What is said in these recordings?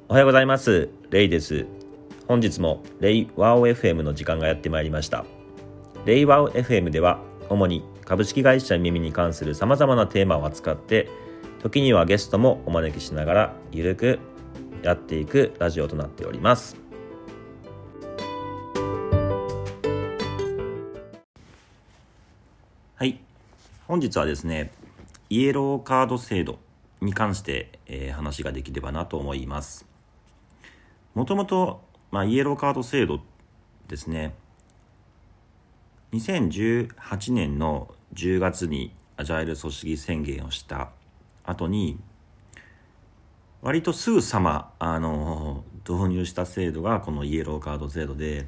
おはようございます。レイです。本日もレイワオ FM の時間がやってまいりました。レイワオ FM では主に株式会社耳に関する様々なテーマを扱って、時にはゲストもお招きしながらゆるくやっていくラジオとなっております。はい、本日はですね、イエローカード制度に関して、話ができればなと思います。もともとイエローカード制度ですね、2018年の10月にアジャイル組織宣言をした後に割とすぐさま導入した制度がこのイエローカード制度で、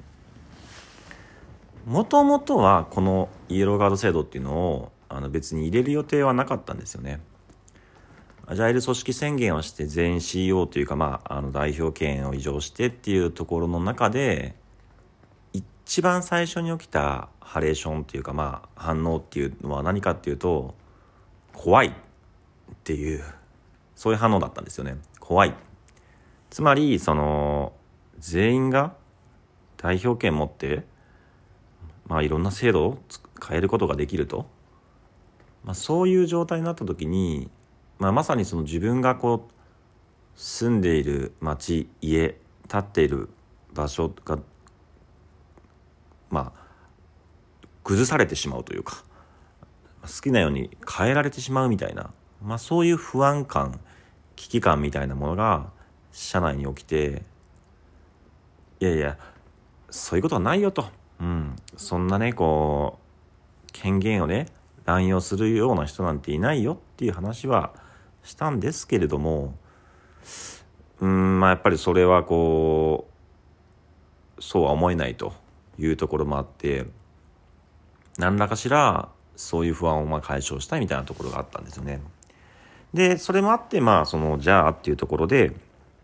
もともとはこのイエローカード制度っていうのを別に入れる予定はなかったんですよね。アジャイル組織宣言をして全 CEO というか、代表権を委譲してっていうところの中で一番最初に起きたハレーションっていうか、反応っていうのは何かっていうと、怖いっていうそういう反応だったんですよね。怖い、つまり全員が代表権を持っていろんな制度を変えることができると、そういう状態になった時に、まさに自分が住んでいる町、家、立っている場所が崩されてしまうというか、好きなように変えられてしまうみたいな、そういう不安感、危機感みたいなものが社内に起きて、いやそういうことはないよと、そんな権限を乱用するような人なんていないよっていう話はしたんですけれども、やっぱりそれはそうは思えないというところもあって、何らかしらそういう不安を解消したいみたいなところがあったんですよね。でそれもあってじゃあっていうところで、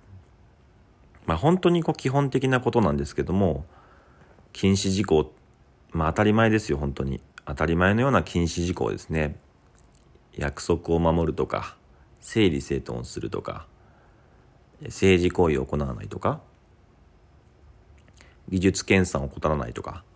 本当に基本的なことなんですけども、禁止事項、当たり前ですよ。本当に当たり前のような禁止事項ですね。約束を守るとか、整理整頓をするとか、政治行為を行わないとか、技術研鑽を怠らないとか、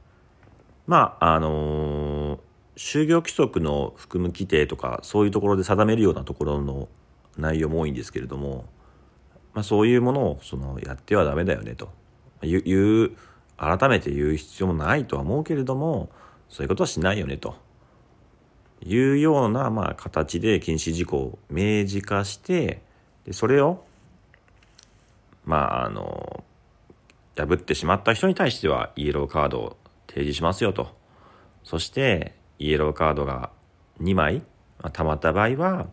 就業規則の含む規定とか、そういうところで定めるようなところの内容も多いんですけれども、そういうものをやってはダメだよねと改めて言う必要もないとは思うけれども、そういうことはしないよねというような形で禁止事項を明示化して、でそれを破ってしまった人に対してはイエローカードを提示しますよと。そしてイエローカードが2枚たまった場合は、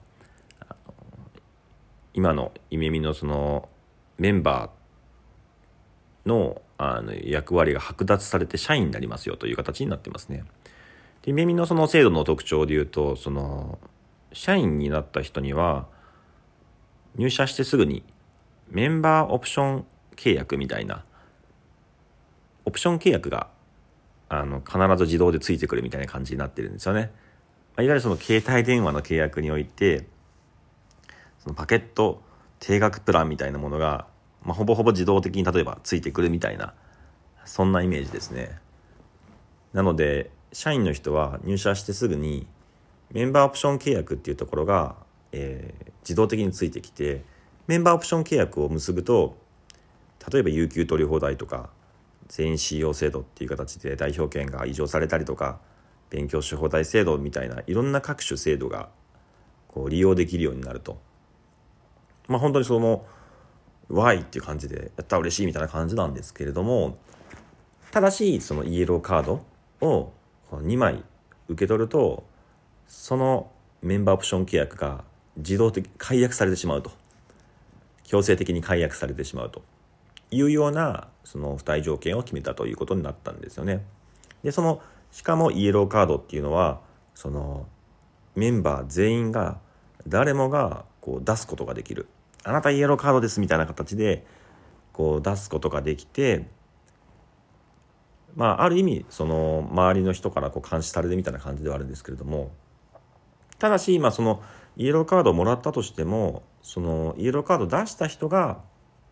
今のイメミのメンバーの役割が剥奪されて社員になりますよという形になってますね。でイメミの制度の特徴でいうと、社員になった人には入社してすぐにメンバーオプション契約みたいなオプション契約が必ず自動でついてくるみたいな感じになってるんですよね。いわゆる携帯電話の契約において、パケット定額プランみたいなものが、ほぼほぼ自動的に例えばついてくるみたいな、そんなイメージですね。なので社員の人は入社してすぐにメンバーオプション契約っていうところが、自動的についてきて、メンバーオプション契約を結ぶと、例えば有給取り放題とか全員 CEO 制度っていう形で代表権が委譲されたりとか、勉強し放題制度みたいないろんな各種制度が利用できるようになると、本当にわいっていう感じでやったら嬉しいみたいな感じなんですけれども、ただしイエローカードを2枚受け取ると、そのメンバーオプション契約が自動的に解約されてしまうと、強制的に解約されてしまうというような付帯条件を決めたということになったんですよね。でしかもイエローカードっていうのはメンバー全員が誰もが出すことができる、あなたイエローカードですみたいな形で出すことができて、ある意味周りの人から監視されるみたいな感じではあるんですけれども、ただしイエローカードをもらったとしても、イエローカードを出した人が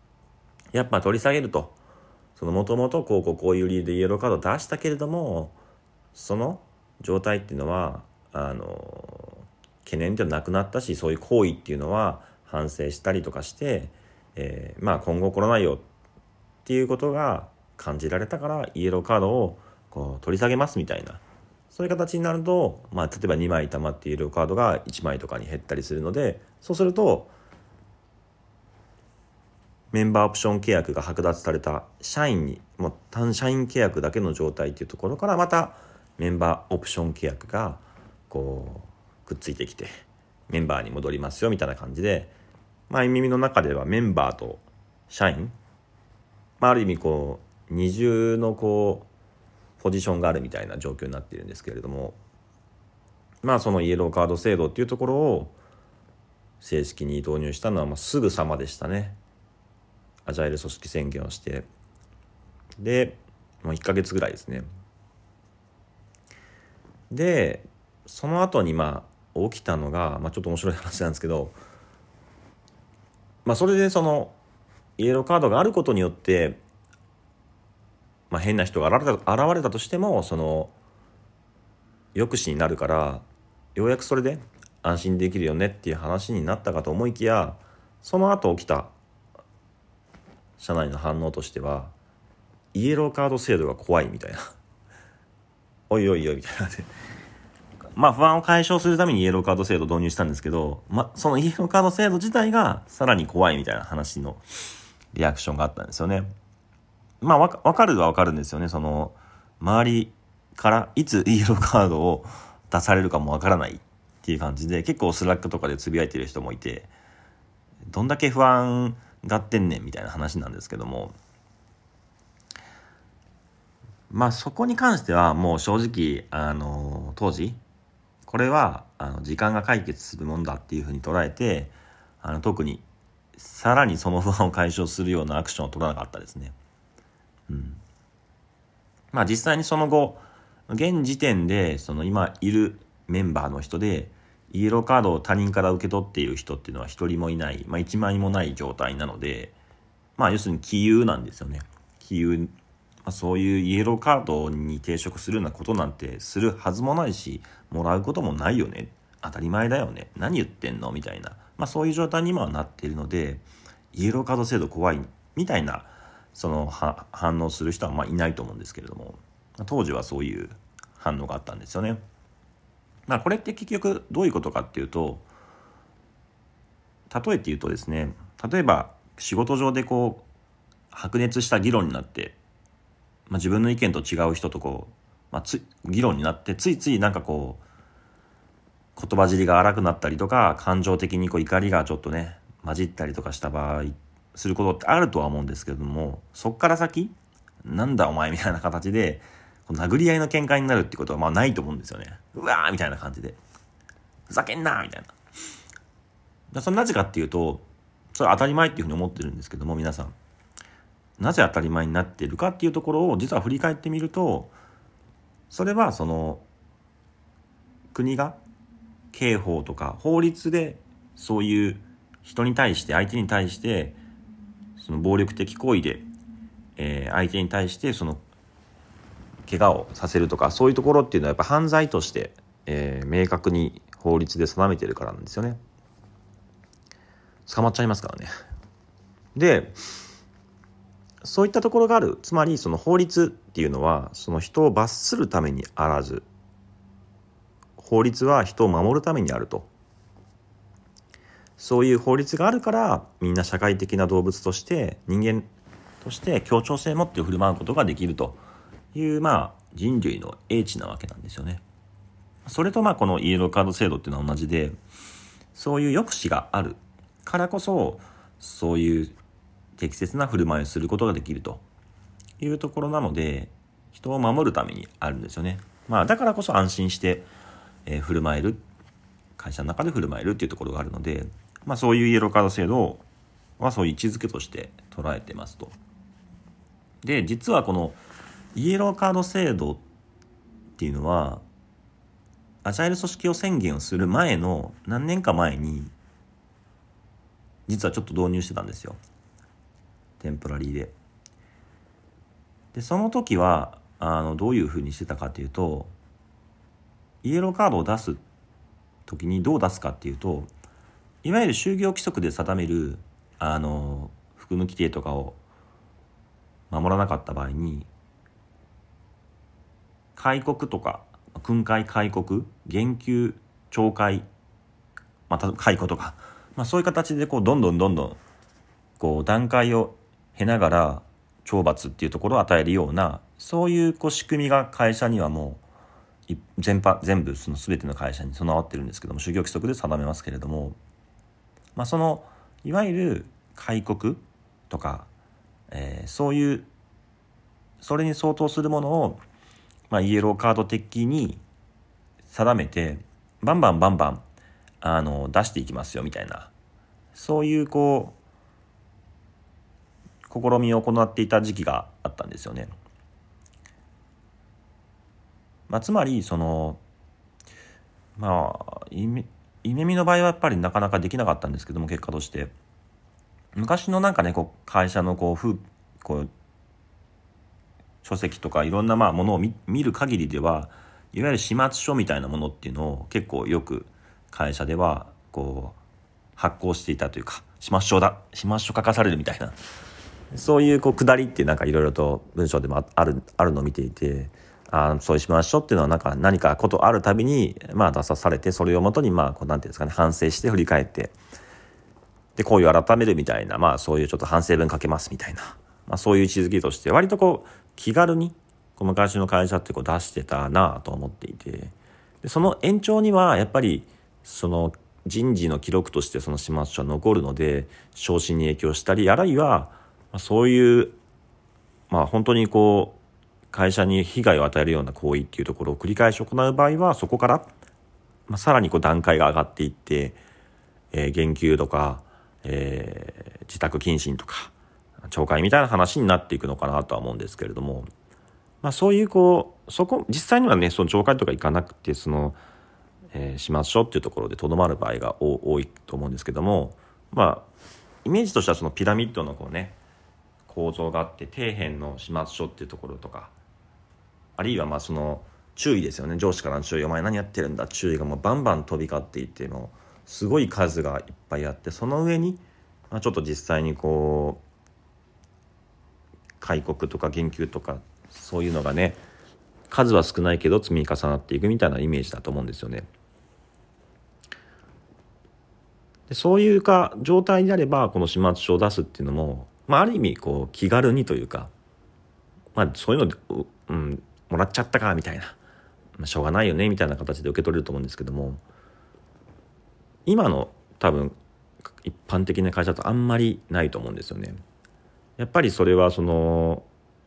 やっぱ取り下げると、そのもともとこういう理由でイエローカードを出したけれども、その状態っていうのは懸念ではなくなったし、そういう行為っていうのは反省したりとかして、今後起こらないよっていうことが感じられたからイエローカードを取り下げますみたいな、そういう形になると、例えば2枚溜まってイエローカードが1枚とかに減ったりするので、そうするとメンバーオプション契約が剥奪された社員にもう単社員契約だけの状態っていうところから、またメンバーオプション契約がくっついてきてメンバーに戻りますよみたいな感じで、耳の中ではメンバーと社員、ある意味二重のポジションがあるみたいな状況になっているんですけれども、そのイエローカード制度っていうところを正式に導入したのはすぐさまでしたね。アジャイル組織宣言をしてで、1ヶ月ぐらいですね。でその後に起きたのが、ちょっと面白い話なんですけど、それでそのイエローカードがあることによって、変な人が現れたとしてもその抑止になるから、ようやくそれで安心できるよねっていう話になったかと思いきや、その後起きた社内の反応としては、イエローカード制度が怖いみたいなおいおいおいみたいな不安を解消するためにイエローカード制度を導入したんですけど、そのイエローカード制度自体がさらに怖いみたいな話のリアクションがあったんですよね。わかるはわかるんですよね。その周りからいつイエローカードを出されるかもわからないっていう感じで、結構スラックとかでつぶやいてる人もいて、どんだけ不安がってんねんみたいな話なんですけども、そこに関してはもう正直当時これは時間が解決するもんだっていうふうに捉えて、特にさらにその不安を解消するようなアクションを取らなかったですね。実際にその後現時点でその今いるメンバーの人でイエローカードを他人から受け取っている人っていうのは一人もいない、一枚もない状態なので、要するに杞憂なんですよね。杞憂、そういうイエローカードに抵触するようなことなんてするはずもないし、もらうこともないよね、当たり前だよね、何言ってんのみたいな、そういう状態にもなっているので、イエローカード制度怖いみたいなその反応する人はいないと思うんですけれども、当時はそういう反応があったんですよね。これって結局どういうことかっていうと、例えて言うとですね、例えば仕事上で白熱した議論になって、自分の意見と違う人と議論になって、ついつい言葉尻が荒くなったりとか、感情的に怒りがちょっとね混じったりとかした場合することってあるとは思うんですけれども、そっから先なんだお前みたいな形で殴り合いの喧嘩になるってことはないと思うんですよね。うわーみたいな感じでふざけんなみたいな。それなぜかっていうと、それは当たり前っていうふうに思ってるんですけども、皆さんなぜ当たり前になっているかっていうところを実は振り返ってみると、それはその国が刑法とか法律でそういう人に対して、相手に対してその暴力的行為で、相手に対してその怪我をさせるとか、そういうところっていうのはやっぱ犯罪として、明確に法律で定めてるからなんですよね。捕まっちゃいますからね。でそういったところがある。つまりその法律っていうのはその人を罰するためにあらず、法律は人を守るためにあると。そういう法律があるからみんな社会的な動物として、人間として協調性を持って振る舞うことができるという人類の英知なわけなんですよね。それとこのイエローカード制度っていうのは同じで、そういう抑止があるからこそそういう適切な振る舞いをすることができるというところなので、人を守るためにあるんですよね。だからこそ安心して、振る舞える、会社の中で振る舞えるっていうところがあるので、そういうイエローカード制度はそういう位置づけとして捉えてますと。で実はこのイエローカード制度っていうのはアジャイル組織を宣言をする前の何年か前に実はちょっと導入してたんですよ。 テンポラリーで。でその時はどういうふうにしてたかっていうと、イエローカードを出す時にどう出すかっていうと、いわゆる就業規則で定める服務規定とかを守らなかった場合に、戒告とか訓戒、戒告、減給、懲戒、解雇とか、そういう形でどんどん段階を経ながら懲罰っていうところを与えるような、そういう仕組みが会社にはもう全部その全ての会社に備わってるんですけども、就業規則で定めますけれども、そのいわゆる戒告とか、そういうそれに相当するものを、イエローカード的に定めてバンバン出していきますよみたいな、そういう試みを行っていた時期があったんですよね。つまりイメミの場合はやっぱりなかなかできなかったんですけども、結果として昔の会社の書籍とかいろんなものを見る限りでは、いわゆる始末書みたいなものっていうのを結構よく会社では発行していたというか、始末書書かされるみたいな、そういう下りっていろいろと文章でもあるのを見ていて、そういう始末書っていうのは何かことあるたびに出されて、それをもとになんていうんですかね、反省して振り返って、で行為を改めるみたいな、そういうちょっと反省文かけますみたいな、そういう位置づけとして割と気軽に昔の会社って出してたなと思っていて、でその延長にはやっぱりその人事の記録としてその始末書は残るので、昇進に影響したり、あるいはそういう本当に会社に被害を与えるような行為っていうところを繰り返し行う場合は、そこからさらに段階が上がっていって、減給とか、自宅謹慎とか懲戒みたいな話になっていくのかなとは思うんですけれども、そういう実際にはね、その懲戒とかいかなくて、その、始末書っていうところでとどまる場合が多いと思うんですけども、イメージとしてはそのピラミッドの構造があって、底辺の始末書っていうところとか、あるいはその注意ですよね、上司からの注意、お前何やってるんだ、注意がもうバンバン飛び交っていて、もうすごい数がいっぱいあって、その上に、ちょっと実際に戒告とか減給とか、そういうのがね、数は少ないけど積み重なっていくみたいなイメージだと思うんですよね。でそういう状態であれば、この始末書を出すっていうのも、ある意味気軽にというか、そういうので、もらっちゃったかみたいな、しょうがないよねみたいな形で受け取れると思うんですけども、今の多分一般的な会社とあんまりないと思うんですよね。やっぱりそれはその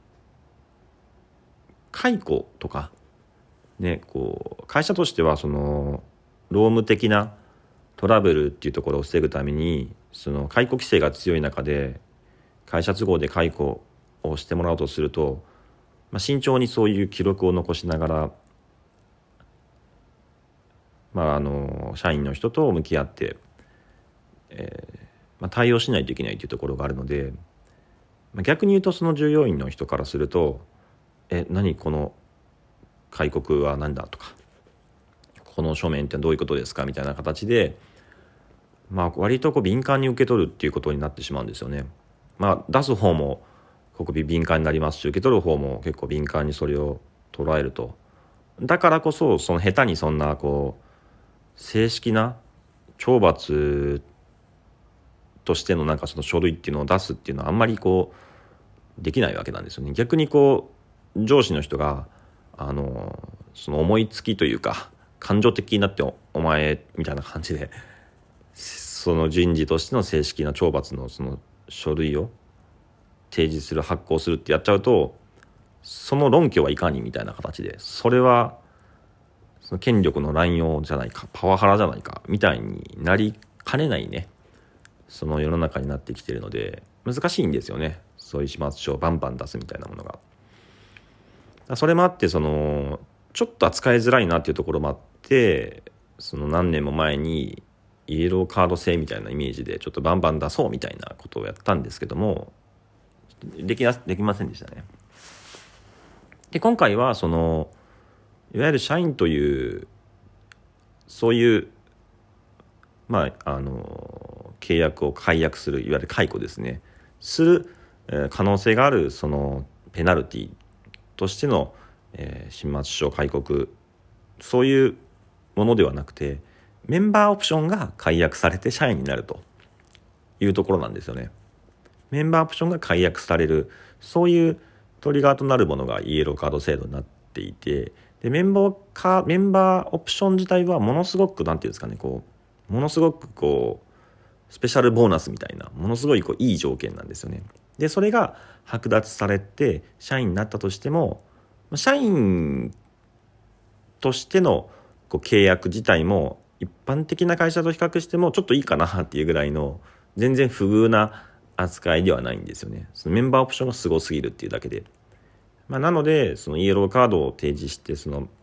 解雇とかね、会社としてはその労務的なトラブルっていうところを防ぐために、その解雇規制が強い中で会社都合で解雇をしてもらおうとすると、慎重にそういう記録を残しながら、社員の人と向き合って、対応しないといけないというところがあるので、逆に言うとその従業員の人からすると、何この戒告は何だとか、この書面ってどういうことですかみたいな形で、割と敏感に受け取るっていうことになってしまうんですよね。出す方も敏感になりますし、受け取る方も結構敏感にそれを捉えると。だからこそ、その下手にそんな正式な懲罰としてのその書類っていうのを出すっていうのはあんまりできないわけなんですよね。逆に上司の人がその思いつきというか、感情的になってお前みたいな感じでその人事としての正式な懲罰のその書類を提示する、発行するってやっちゃうと、その論拠はいかにみたいな形で、それはその権力の乱用じゃないか、パワハラじゃないかみたいになりかねないね、その世の中になってきているので、難しいんですよね、そういう始末書をバンバン出すみたいなものが。それもあって、そのちょっと扱いづらいなっていうところもあって、その何年も前にイエローカード制みたいなイメージでちょっとバンバン出そうみたいなことをやったんですけども、 できませんでしたね。で、今回は、いわゆる社員という、そういう、契約を解約する、いわゆる解雇ですね。する、可能性がある、ペナルティとしての、新末商戒告、そういうものではなくて、メンバーオプションが解約されて社員になるというところなんですよね。メンバーオプションが解約される、そういうトリガーとなるものがイエローカード制度になっていて、でメンバーオプション自体はものすごくなんていうんですかね、ものすごくスペシャルボーナスみたいな、ものすごいいい条件なんですよね。でそれが剥奪されて社員になったとしても、社員としての契約自体も一般的な会社と比較してもちょっといいかなっていうぐらいの全然不遇な扱いではないんですよね。そのメンバーオプションがすごすぎるっていうだけで、なのでそのイエローカードを提示して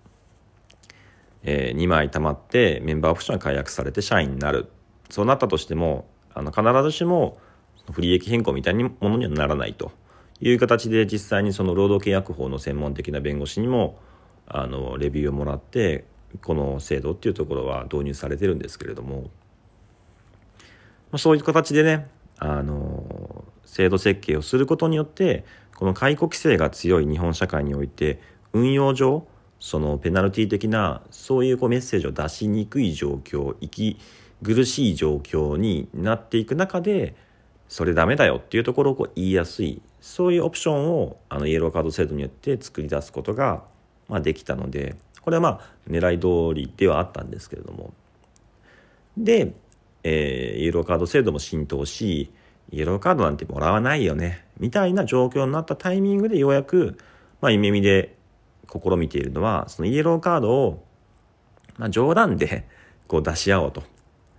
2枚貯まってメンバーオプションが解約されて社員になる、そうなったとしても必ずしも不利益変更みたいなものにはならないという形で、実際にその労働契約法の専門的な弁護士にもレビューをもらってこの制度っていうところは導入されてるんですけれども、そういう形でね制度設計をすることによってこの解雇規制が強い日本社会において運用上そのペナルティ的なそういうメッセージを出しにくい状況、息苦しい状況になっていく中でそれダメだよっていうところを言いやすい、そういうオプションをイエローカード制度によって作り出すことができたので、これは狙い通りではあったんですけれども、で、イエローカード制度も浸透し、イエローカードなんてもらわないよねみたいな状況になったタイミングでようやく夢見で試みているのは、そのイエローカードを冗談で出し合おうと。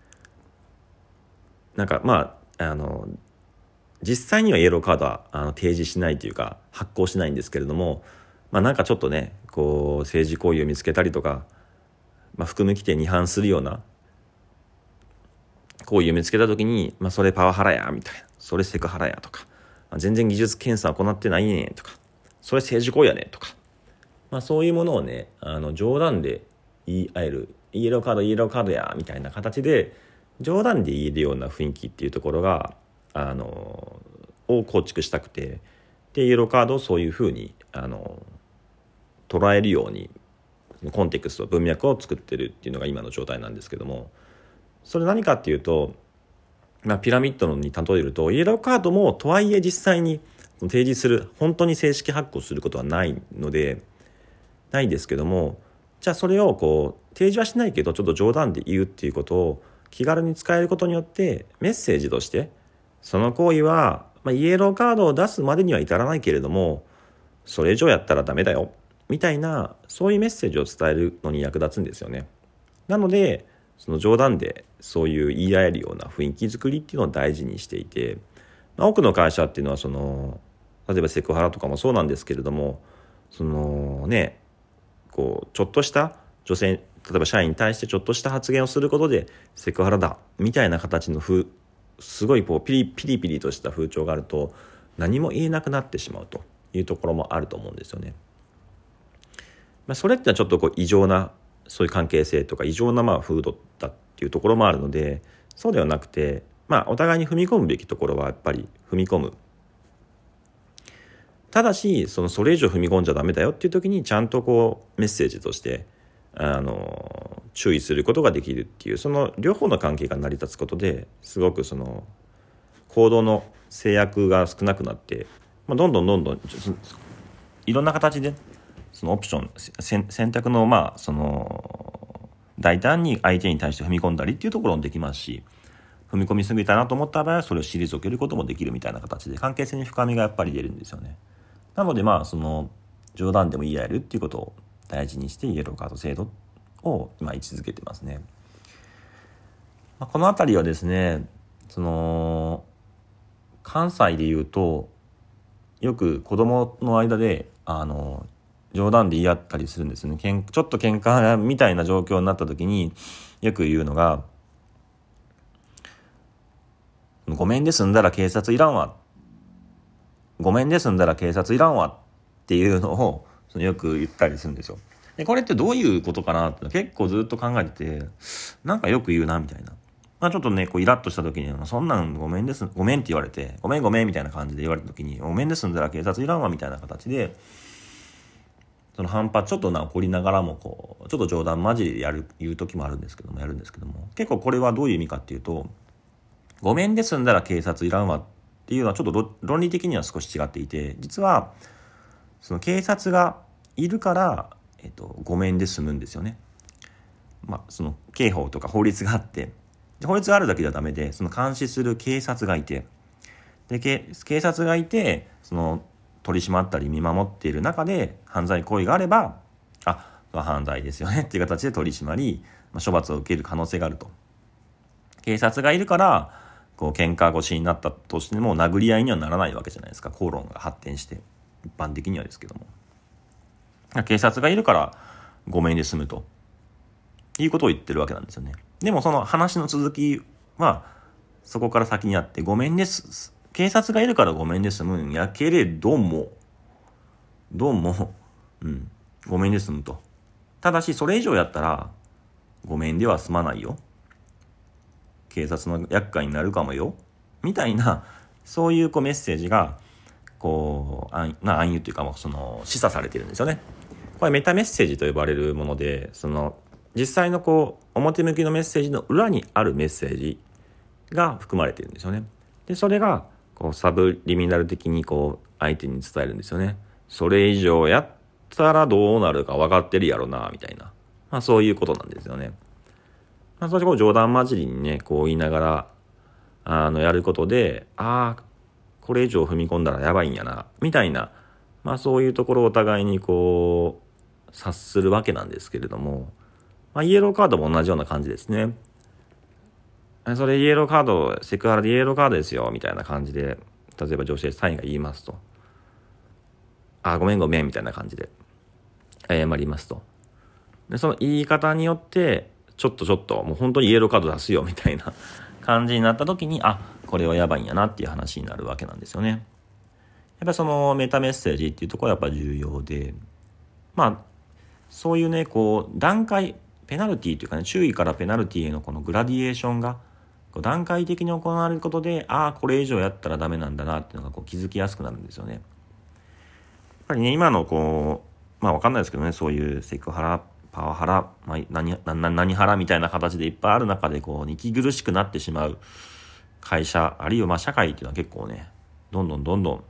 実際にはイエローカードは提示しないというか発行しないんですけれども、ちょっとね政治行為を見つけたりとか、服務規定に違反するような行為を見つけた時に、それパワハラやみたいな、それセクハラやとか、全然技術検査を行ってないねとか、それ政治行為やねとか、そういうものをね冗談で言い合える、イエローカードやみたいな形で冗談で言えるような雰囲気っていうところがを構築したくて、でイエローカードをそういうふうに捉えるようにコンテクスト文脈を作ってるっていうのが今の状態なんですけども、それ何かっていうと、ピラミッドに例えるとイエローカードもとはいえ実際に提示する、本当に正式発行することはないですけども、じゃあそれを提示はしないけどちょっと冗談で言うっていうことを気軽に使えることによってメッセージとしてその行為は、イエローカードを出すまでには至らないけれどもそれ以上やったらダメだよみたいな、そういうメッセージを伝えるのに役立つんですよね。なのでその冗談でそういう言い合えるような雰囲気作りっていうのを大事にしていて、多くの会社っていうのは例えばセクハラとかもそうなんですけれども、ちょっとした女性、例えば社員に対してちょっとした発言をすることでセクハラだみたいな形のすごいピリピリとした風潮があると何も言えなくなってしまうというところもあると思うんですよね。それってのはちょっと異常なそういう関係性とか異常な風土だっていうところもあるので、そうではなくてお互いに踏み込むべきところはやっぱり踏み込む。ただしそれ以上踏み込んじゃダメだよっていう時にちゃんとメッセージとして注意することができるっていう、その両方の関係が成り立つことですごく行動の制約が少なくなって、どんどんいろんな形でそのオプション選択の大胆に相手に対して踏み込んだりっていうところもできますし、踏み込みすぎたなと思った場合はそれを退けることもできるみたいな形で関係性に深みがやっぱり出るんですよね。なので冗談でも言い合えるっていうことを大事にしてイエローカード制度を今位置づけてますね。このあたりはですね、関西で言うとよく子供の間で冗談で言い合ったりするんですね。ちょっと喧嘩みたいな状況になった時によく言うのが、ごめんで済んだら警察いらんわごめんで済んだら警察いらんわっていうのをよく言ったりするんですよ。でこれってどういうことかなって結構ずっと考えてて、なんかよく言うなみたいな。ちょっとねイラッとした時にそんなんごめんって言われて、ごめんみたいな感じで言われた時に、ごめんで済んだら警察いらんわみたいな形でその反発ちょっと怒りながらもちょっと冗談交じりで言う時もやるんですけども、結構これはどういう意味かっていうと、ごめんで済んだら警察いらんわっていうのはちょっと論理的には少し違っていて、実はその警察がいるから、ごめんで済むんですよね。その刑法とか法律があって、法律があるだけではダメで、その監視する警察がいて、で警察がいてその取り締まったり見守っている中で犯罪行為があれば、犯罪ですよねっていう形で取り締まり、処罰を受ける可能性があると。警察がいるから喧嘩腰になったとしても殴り合いにはならないわけじゃないですか。口論が発展して一般的にはですけども、警察がいるからごめんで済むということを言ってるわけなんですよね。でもその話の続きはそこから先にあって、ごめんです、警察がいるからごめんで済むんやけれどもごめんで済むと。ただしそれ以上やったらごめんでは済まないよ、警察の厄介になるかもよみたいな、そういうメッセージが暗喩というか示唆されているんですよね。これメタメッセージと呼ばれるもので、実際の表向きのメッセージの裏にあるメッセージが含まれているんですよね。でそれがサブリミナル的に相手に伝えるんですよね。それ以上やったらどうなるか分かってるやろなみたいな、そういうことなんですよね。それ冗談交じりにね言いながらやることで、これ以上踏み込んだらやばいんやなみたいな、そういうところをお互いに察するわけなんですけれども、イエローカードも同じような感じですね。それイエローカード、セクハラでイエローカードですよみたいな感じで、例えば女性3位が言いますと、ごめんみたいな感じで謝りますと。でその言い方によってちょっともう本当にイエローカード出すよみたいな感じになった時に、これはやばいんやなっていう話になるわけなんですよね。やっぱりそのメタメッセージっていうところはやっぱ重要で、そういうね段階、ペナルティというかね、注意からペナルティへのこのグラディエーションが段階的に行われることで、これ以上やったらダメなんだなっていうのが気づきやすくなるんですよね。やっぱりね今のわかんないですけどね、そういうセクハラ、パワハラ、何ハラみたいな形でいっぱいある中で息苦しくなってしまう会社、あるいは社会っていうのは結構ねどんどん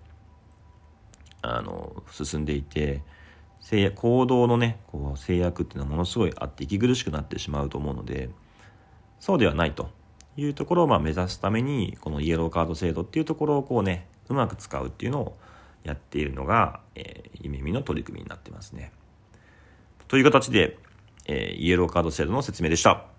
進んでいて、行動のね制約っていうのはものすごいあって息苦しくなってしまうと思うので、そうではないというところを目指すために、このイエローカード制度っていうところをうまく使うっていうのをやっているのが、夢見の取り組みになってますね。という形で、イエローカード制度の説明でした。